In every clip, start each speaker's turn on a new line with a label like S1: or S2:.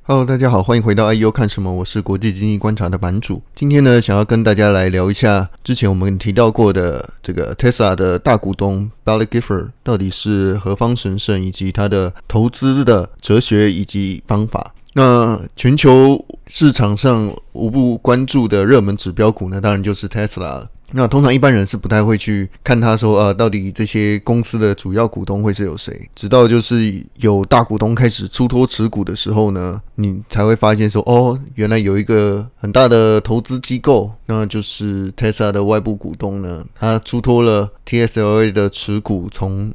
S1: Hello， 大家好，欢迎回到 IEO 看什么，我是国际经济观察的版主。今天呢，想要跟大家来聊一下之前我们提到过的这个 Tesla 的大股东 Baillie Gifford 到底是何方神圣，以及他的投资的哲学以及方法。那全球市场上无不关注的热门指标股呢，当然就是 Tesla 了。那通常一般人是不太会去看他说到底这些公司的主要股东会是有谁，直到就是有大股东开始出脱持股的时候呢，你才会发现说原来有一个很大的投资机构，那就是 Tesla 的外部股东呢，他出脱了 TSLA 的持股从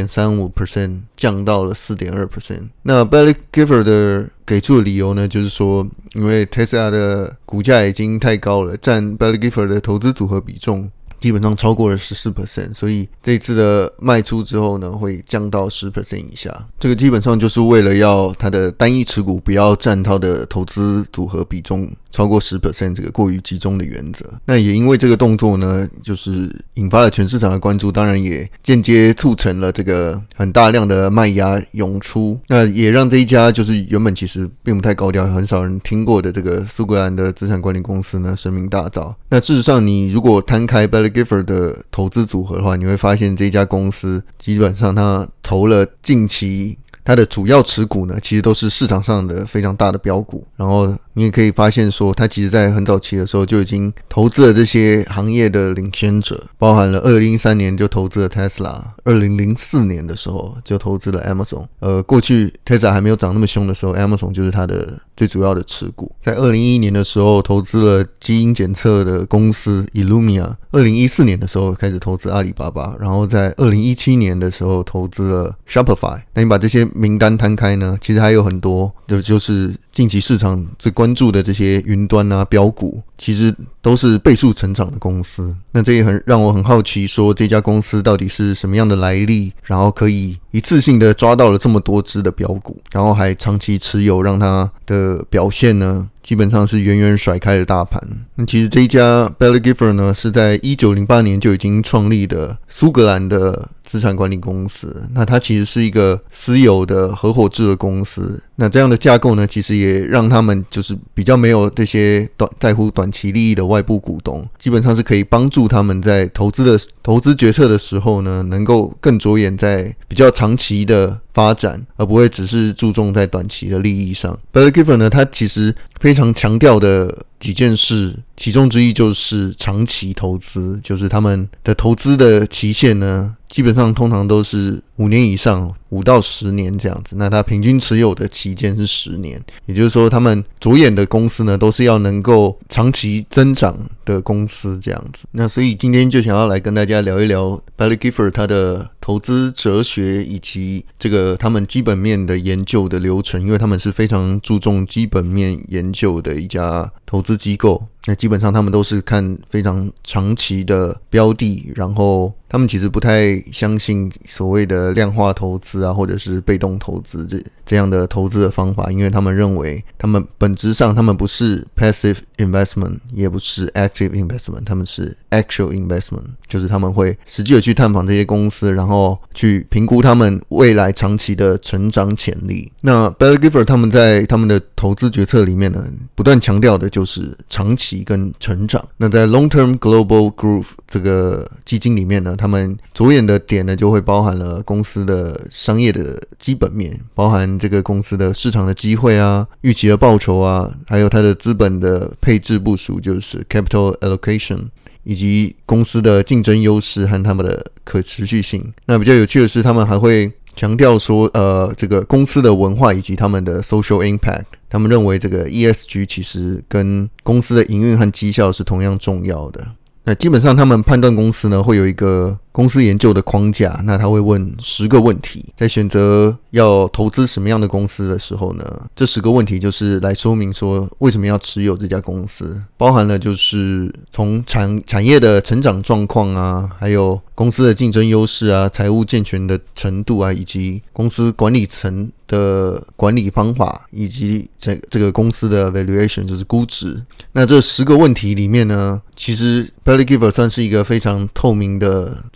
S1: 6.35% 降到了 4.2%。 那 Baillie Gifford 的给出的理由呢，就是说因为 Tesla 的股价已经太高了，占 Baillie Gifford 的投资组合比重基本上超过了 14%， 所以这一次的卖出之后呢，会降到 10% 以下。这个基本上就是为了要他的单一持股不要占他的投资组合比重超过 10% 这个过于集中的原则。那也因为这个动作呢，就是引发了全市场的关注，当然也间接促成了这个很大量的卖压涌出，那也让这一家就是原本其实并不太高调，很少人听过的这个苏格兰的资产管理公司呢声名大噪。那事实上你如果摊开 Baillie Gifford 的投资组合的话，你会发现这家公司基本上它投了近期它的主要持股呢，其实都是市场上的非常大的标股。然后你也可以发现说，它其实在很早期的时候就已经投资了这些行业的领先者，包含了2013年就投资了 Tesla，2004 年的时候就投资了 Amazon。过去 Tesla 还没有涨那么凶的时候， Amazon 就是它的最主要的持股。在2011年的时候投资了基因检测的公司 Illumia，2014 年的时候开始投资阿里巴巴，然后在2017年的时候投资了 Shopify。 那你把这些名单摊开呢，其实还有很多就是近期市场最关注的这些云端标股，其实都是倍数成长的公司。那这也让我很好奇说，这家公司到底是什么样的来历，然后可以一次性的抓到了这么多只的标股，然后还长期持有，让它的表现呢基本上是远远甩开了大盘。那其实这一家 Baillie Gifford 呢，是在1908年就已经创立的苏格兰的资产管理公司。那它其实是一个私有的合伙制的公司。那这样的架构呢，其实也让他们就是比较没有这些在乎短期利益的外部股东，基本上是可以帮助他们在投资决策的时候呢，能够更着眼在比较长期的发展，而不会只是注重在短期的利益上。Baillie Gifford 呢，他其实非常强调的几件事，其中之一就是长期投资，就是他们的投资的期限呢，基本上通常都是5年以上，5到10年这样子。那他平均持有的期间是10年，也就是说他们着眼的公司呢，都是要能够长期增长的公司这样子。那所以今天就想要来跟大家聊一聊 Baillie Gifford 他的投资哲学，以及这个他们基本面的研究的流程，因为他们是非常注重基本面研究的一家投资机构。那基本上他们都是看非常长期的标的，然后他们其实不太相信所谓的量化投资或者是被动投资这样的投资的方法，因为他们认为他们本质上他们不是 passive investment， 也不是 active investment， 他们是 actual investment， 就是他们会实际的去探访这些公司，然后去评估他们未来长期的成长潜力。那 Baillie Gifford 他们在他们的投资决策里面呢，不断强调的就是长期跟成长。那在 Long-Term Global Growth 这个基金里面呢，他们着眼的点呢，就会包含了公司的商业的基本面，包含这个公司的市场的机会预期的报酬还有它的资本的配置部署，就是 capital allocation， 以及公司的竞争优势和他们的可持续性。那比较有趣的是，他们还会强调说这个公司的文化以及他们的 social impact。他们认为这个 ESG 其实跟公司的营运和绩效是同样重要的。那基本上他们判断公司呢，会有一个公司研究的框架，那他会问10个问题，在选择要投资什么样的公司的时候呢，这10个问题就是来说明说为什么要持有这家公司，包含了就是从产业的成长状况还有公司的竞争优势财务健全的程度以及公司管理层的管理方法，以及这个公司的 valuation 就是估值。那这10个问题里面呢，其实 Baillie Gifford 算是一个非常透明的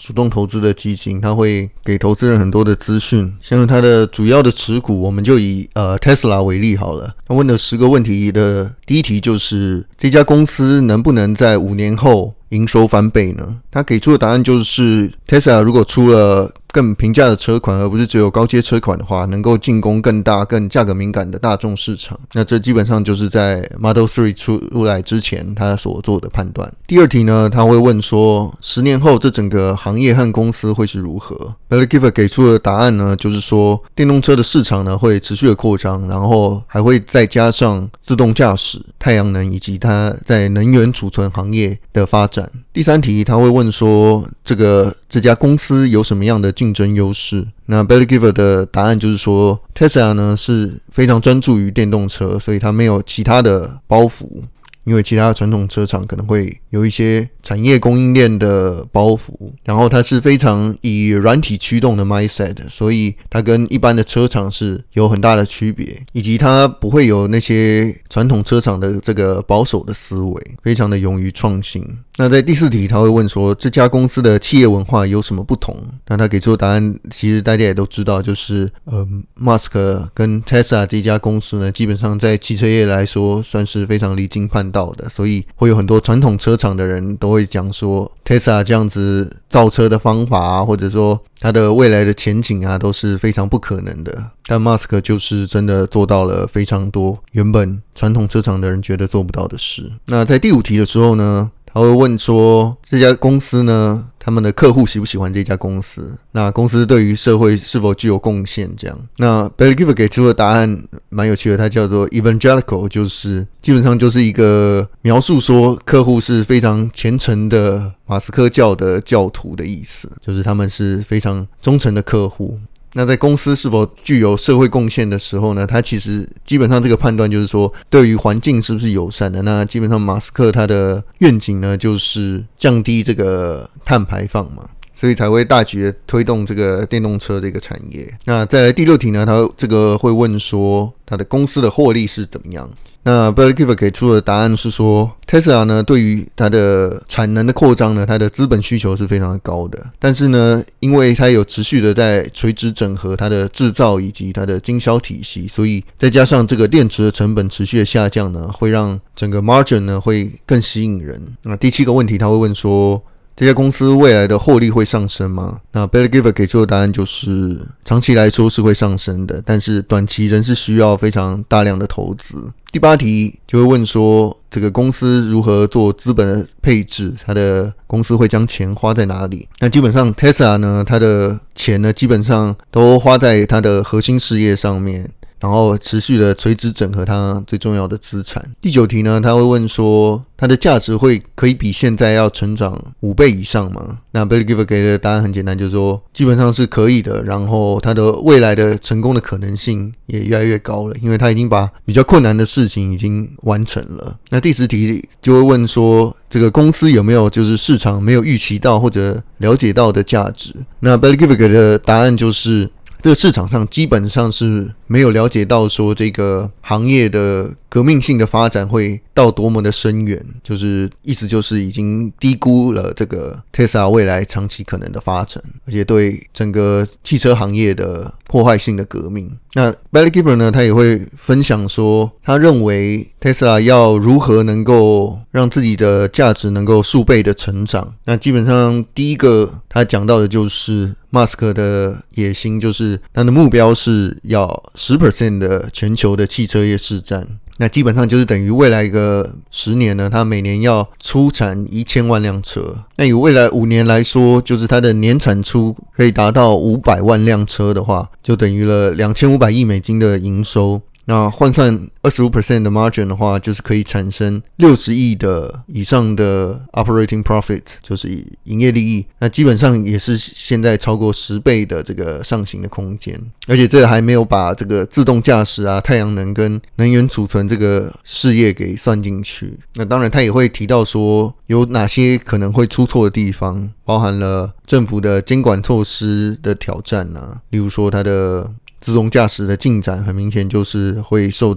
S1: 主动投资的基金，它会给投资人很多的资讯，像它的主要的持股，我们就以Tesla 为例好了。他问的10个问题的第一题就是这家公司能不能在5年后营收翻倍呢？他给出的答案就是 Tesla 如果出了更平价的车款，而不是只有高阶车款的话，能够进攻更大更价格敏感的大众市场。那这基本上就是在 Model 3出来之前他所做的判断。第二题呢，他会问说10年后这整个行业和公司会是如何。 Baillie Gifford 给出的答案呢，就是说电动车的市场呢会持续的扩张，然后还会再加上自动驾驶、太阳能以及它在能源储存行业的发展。第三题他会问说这家公司有什么样的竞争优势。那 Baillie Gifford 的答案就是说 Tesla 呢是非常专注于电动车，所以它没有其他的包袱，因为其他的传统车厂可能会有一些产业供应链的包袱，然后它是非常以软体驱动的 mindset， 所以它跟一般的车厂是有很大的区别，以及它不会有那些传统车厂的这个保守的思维，非常的勇于创新。那在第4题他会问说这家公司的企业文化有什么不同。那他给出的答案其实大家也都知道，就是Musk 跟 Tesla 这家公司呢基本上在汽车业来说算是非常离经叛道的，所以会有很多传统车厂的人都会讲说 Tesla 这样子造车的方法啊，或者说它的未来的前景啊都是非常不可能的。但 Musk 就是真的做到了非常多原本传统车厂的人觉得做不到的事。那在第5题的时候呢，他会问说这家公司呢他们的客户喜不喜欢这家公司，那公司对于社会是否具有贡献这样。那 Baillie Gifford 给出的答案蛮有趣的，它叫做 evangelical， 就是基本上就是一个描述说客户是非常虔诚的马斯克教的教徒的意思，就是他们是非常忠诚的客户。那在公司是否具有社会贡献的时候呢，他其实基本上这个判断就是说对于环境是不是友善的。那基本上马斯克他的愿景呢就是降低这个碳排放嘛，所以才会大举的推动这个电动车这个产业。那再来第6题呢，他这个会问说他的公司的获利是怎么样。那 Baillie Gifford 给出的答案是说 Tesla 呢对于它的产能的扩张呢，它的资本需求是非常的高的，但是呢因为它有持续的在垂直整合它的制造以及它的经销体系，所以再加上这个电池的成本持续的下降呢，会让整个 margin 呢会更吸引人。那第7个问题他会问说这家公司未来的获利会上升吗？那 Baillie Gifford 给出的答案就是长期来说是会上升的，但是短期仍是需要非常大量的投资。第8题就会问说这个公司如何做资本的配置，它的公司会将钱花在哪里。那基本上 Tesla 呢它的钱呢基本上都花在它的核心事业上面，然后持续的垂直整合它最重要的资产。第9题呢他会问说它的价值可以比现在要成长5倍以上吗？那 Baillie Gifford 给的答案很简单，就是说基本上是可以的，然后它的未来的成功的可能性也越来越高了，因为它已经把比较困难的事情已经完成了。那第10题就会问说这个公司有没有就是市场没有预期到或者了解到的价值。那 Baillie Gifford 给的答案就是这个市场上基本上是没有了解到说这个行业的革命性的发展会到多么的深远，就是意思就是已经低估了这个 Tesla 未来长期可能的发展，而且对整个汽车行业的破坏性的革命。那 Baillie Gifford 呢他也会分享说他认为 Tesla 要如何能够让自己的价值能够数倍的成长。那基本上第一个他讲到的就是Musk 的野心，就是他的目标是要 10% 的全球的汽车业市占。那基本上就是等于未来一个10年呢，它每年要出产1000万辆车。那以未来5年来说，就是它的年产出可以达到500万辆车的话，就等于了2500亿美金的营收。那换算 25% 的 margin 的话，就是可以产生60亿的以上的 operating profit， 就是营业利益。那基本上也是现在超过10倍的这个上行的空间，而且这还没有把这个自动驾驶啊、太阳能跟能源储存这个事业给算进去。那当然他也会提到说有哪些可能会出错的地方，包含了政府的监管措施的挑战啊，例如说它的自动驾驶的进展很明显就是会受到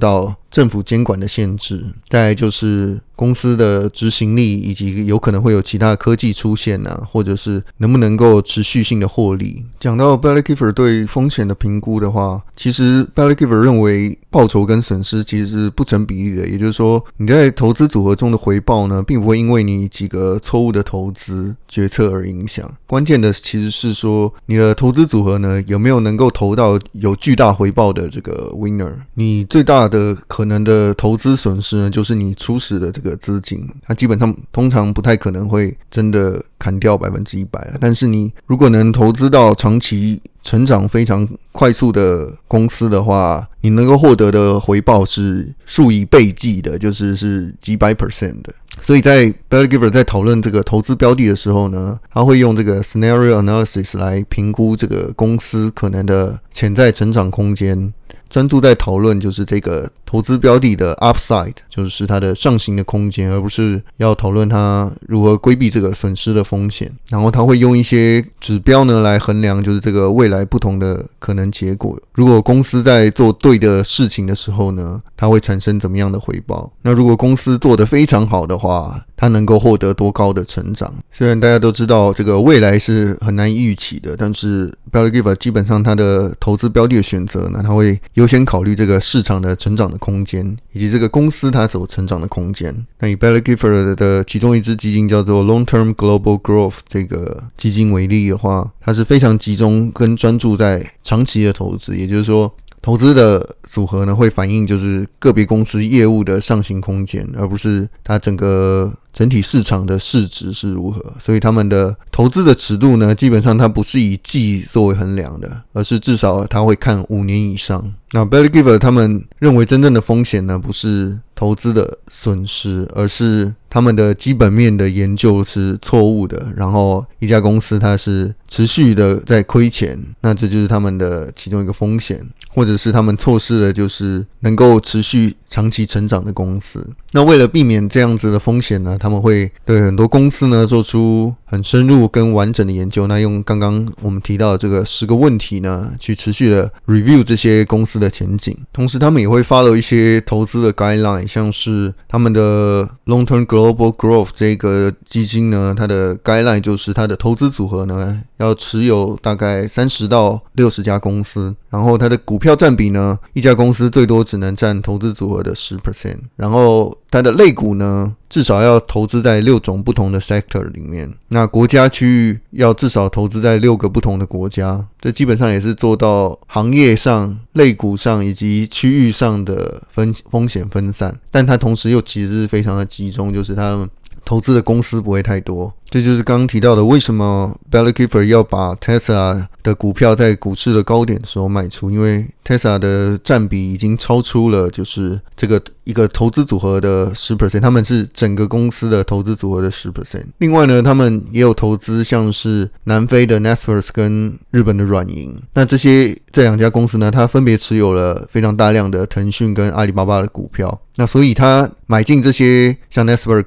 S1: 政府监管的限制，再来就是公司的执行力，以及有可能会有其他的科技出现或者是能不能够持续性的获利。讲到 Baillie Gifford 对风险的评估的话，其实 Baillie Gifford 认为报酬跟损失其实是不成比例的，也就是说你在投资组合中的回报呢，并不会因为你几个错误的投资决策而影响。关键的其实是说你的投资组合呢，有没有能够投到有巨大回报的这个 winner。 你最大的可能的投资损失呢，就是你初始的这个资金，它基本上通常不太可能会真的砍掉100%，但是你如果能投资到长期成长非常快速的公司的话，你能够获得的回报是数以倍计的，是几百%的。所以在 Baillie Gifford 在讨论这个投资标的的时候呢，他会用这个 scenario analysis 来评估这个公司可能的潜在成长空间，专注在讨论就是这个投资标的的 upside， 就是它的上行的空间，而不是要讨论它如何规避这个损失的风险。然后他会用一些指标呢来衡量就是这个未来不同的可能结果。如果公司在做对的事情的时候呢，它会产生怎么样的回报？那如果公司做得非常好的话，它能够获得多高的成长？虽然大家都知道这个未来是很难预期的，但是 Baillie Gifford 基本上他的投资标的的选择呢，他会优先考虑这个市场的成长的空间，以及这个公司它所成长的空间。那以 Baillie Gifford 的其中一支基金叫做 Long-Term Global Growth 这个基金为例的话，它是非常集中跟专注在长期的投资，也就是说投资的组合呢，会反映就是个别公司业务的上行空间，而不是它整体市场的市值是如何。所以他们的投资的尺度呢，基本上它不是以季作为衡量的，而是至少它会看5年以上。那 Baillie Gifford 他们认为真正的风险呢，不是投资的损失，而是他们的基本面的研究是错误的，然后一家公司它是持续的在亏钱，那这就是他们的其中一个风险，或者是他们错失了就是能够持续长期成长的公司。那为了避免这样子的风险呢，他们会对很多公司呢做出很深入跟完整的研究，那用刚刚我们提到的这个10个问题呢，去持续的 review 这些公司的前景。同时他们也会 follow 一些投资的 guideline， 像是他们的 Long-Term Global Growth 这个基金呢，它的 guideline 就是它的投资组合呢要持有大概30到60家公司，然后它的股票占比呢，一家公司最多只能占投资组合的 10%， 然后它的类股呢至少要投资在6种不同的 sector 里面，那国家区域要至少投资在6个不同的国家，这基本上也是做到行业上、类股上以及区域上的风险分散，但它同时又其实是非常的集中，就是他们投资的公司不会太多。这就是刚刚提到的为什么 Baillie Gifford 要把 Tesla 的股票在股市的高点的时候卖出，因为 Tesla 的占比已经超出了就是这个一个投资组合的 10%， 他们是整个公司的投资组合的 10%。 另外呢，他们也有投资像是南非的 Naspers 跟日本的软银，那这2家公司呢，它分别持有了非常大量的腾讯跟阿里巴巴的股票，那所以他买进这些像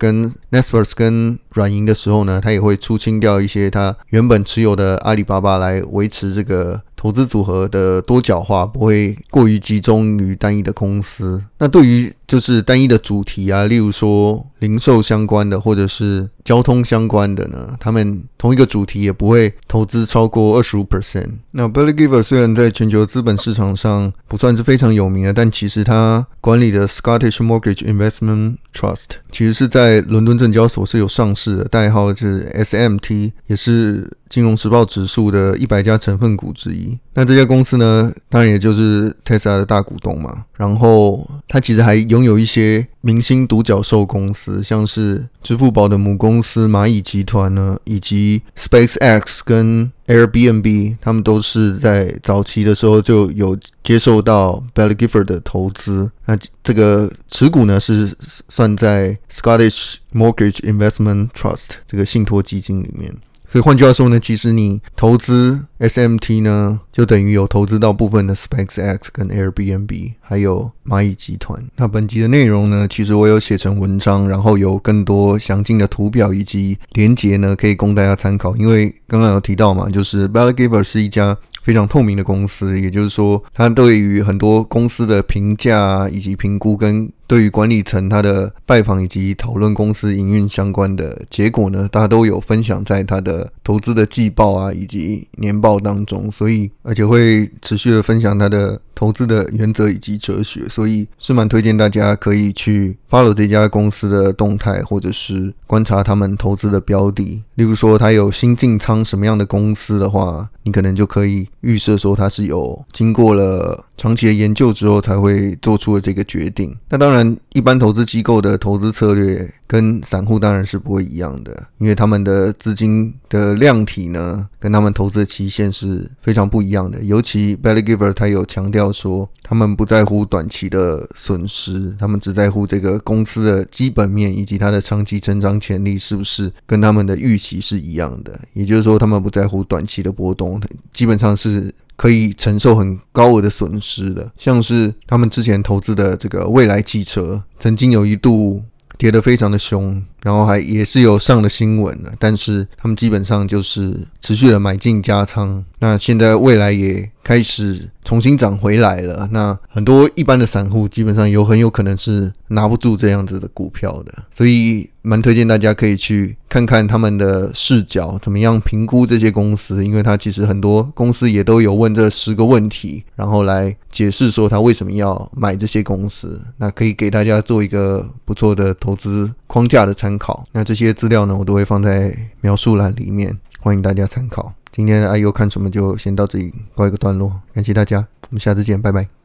S1: Naspers 跟软银的时候呢，他也会出清掉一些他原本持有的阿里巴巴，来维持这个投资组合的多角化，不会过于集中于单一的公司。那对于就是单一的主题啊，例如说零售相关的或者是交通相关的呢，他们同一个主题也不会投资超过 25%。 那 Baillie Gifford 虽然在全球资本市场上不算是非常有名的，但其实他管理的 Scottish Mortgage Investment Trust 其实是在伦敦证交所是有上市的，代号是 SMT， 也是金融时报指数的100家成分股之一。那这家公司呢，当然也就是 Tesla 的大股东嘛，然后它其实还拥有一些明星独角兽公司，像是支付宝的母公司蚂蚁集团呢，以及 SpaceX 跟 Airbnb， 他们都是在早期的时候就有接受到 Baillie Gifford 的投资。那这个持股呢是算在 Scottish Mortgage Investment Trust 这个信托基金里面。所以换句话说呢，其实你投资 SMT 呢，就等于有投资到部分的 SpaceX 跟 Airbnb 还有蚂蚁集团。那本集的内容呢，其实我有写成文章，然后有更多详尽的图表以及连结呢，可以供大家参考。因为刚刚有提到嘛，就是 Baillie Gifford 是一家非常透明的公司，也就是说，它对于很多公司的评价以及评估跟对于管理层他的拜访以及讨论公司营运相关的结果呢，大家都有分享在他的投资的季报啊以及年报当中，所以而且会持续的分享他的投资的原则以及哲学，所以是蛮推荐大家可以去 follow 这家公司的动态，或者是观察他们投资的标的。例如说他有新进仓什么样的公司的话，你可能就可以预设说他是有经过了长期的研究之后才会做出了这个决定。那当然一般投资机构的投资策略跟散户当然是不会一样的，因为他们的资金的量体呢跟他们投资的期限是非常不一样的。尤其 Baillie Gifford 他有强调说，他们不在乎短期的损失，他们只在乎这个公司的基本面以及它的长期成长潜力是不是跟他们的预期是一样的。也就是说他们不在乎短期的波动，基本上是可以承受很高额的损失的。像是他们之前投资的这个蔚来汽车，曾经有一度跌得非常的凶，然后也是有上了新闻了，但是他们基本上就是持续的买进加仓。那现在未来也开始重新涨回来了，那很多一般的散户基本上很有可能是拿不住这样子的股票的，所以蛮推荐大家可以去看看他们的视角怎么样评估这些公司，因为他其实很多公司也都有问这10个问题，然后来解释说他为什么要买这些公司，那可以给大家做一个不错的投资框架的参考。那这些资料呢我都会放在描述栏里面，欢迎大家参考。今天的IU看什么就先到这里告一个段落，感谢大家，我们下次见，拜拜。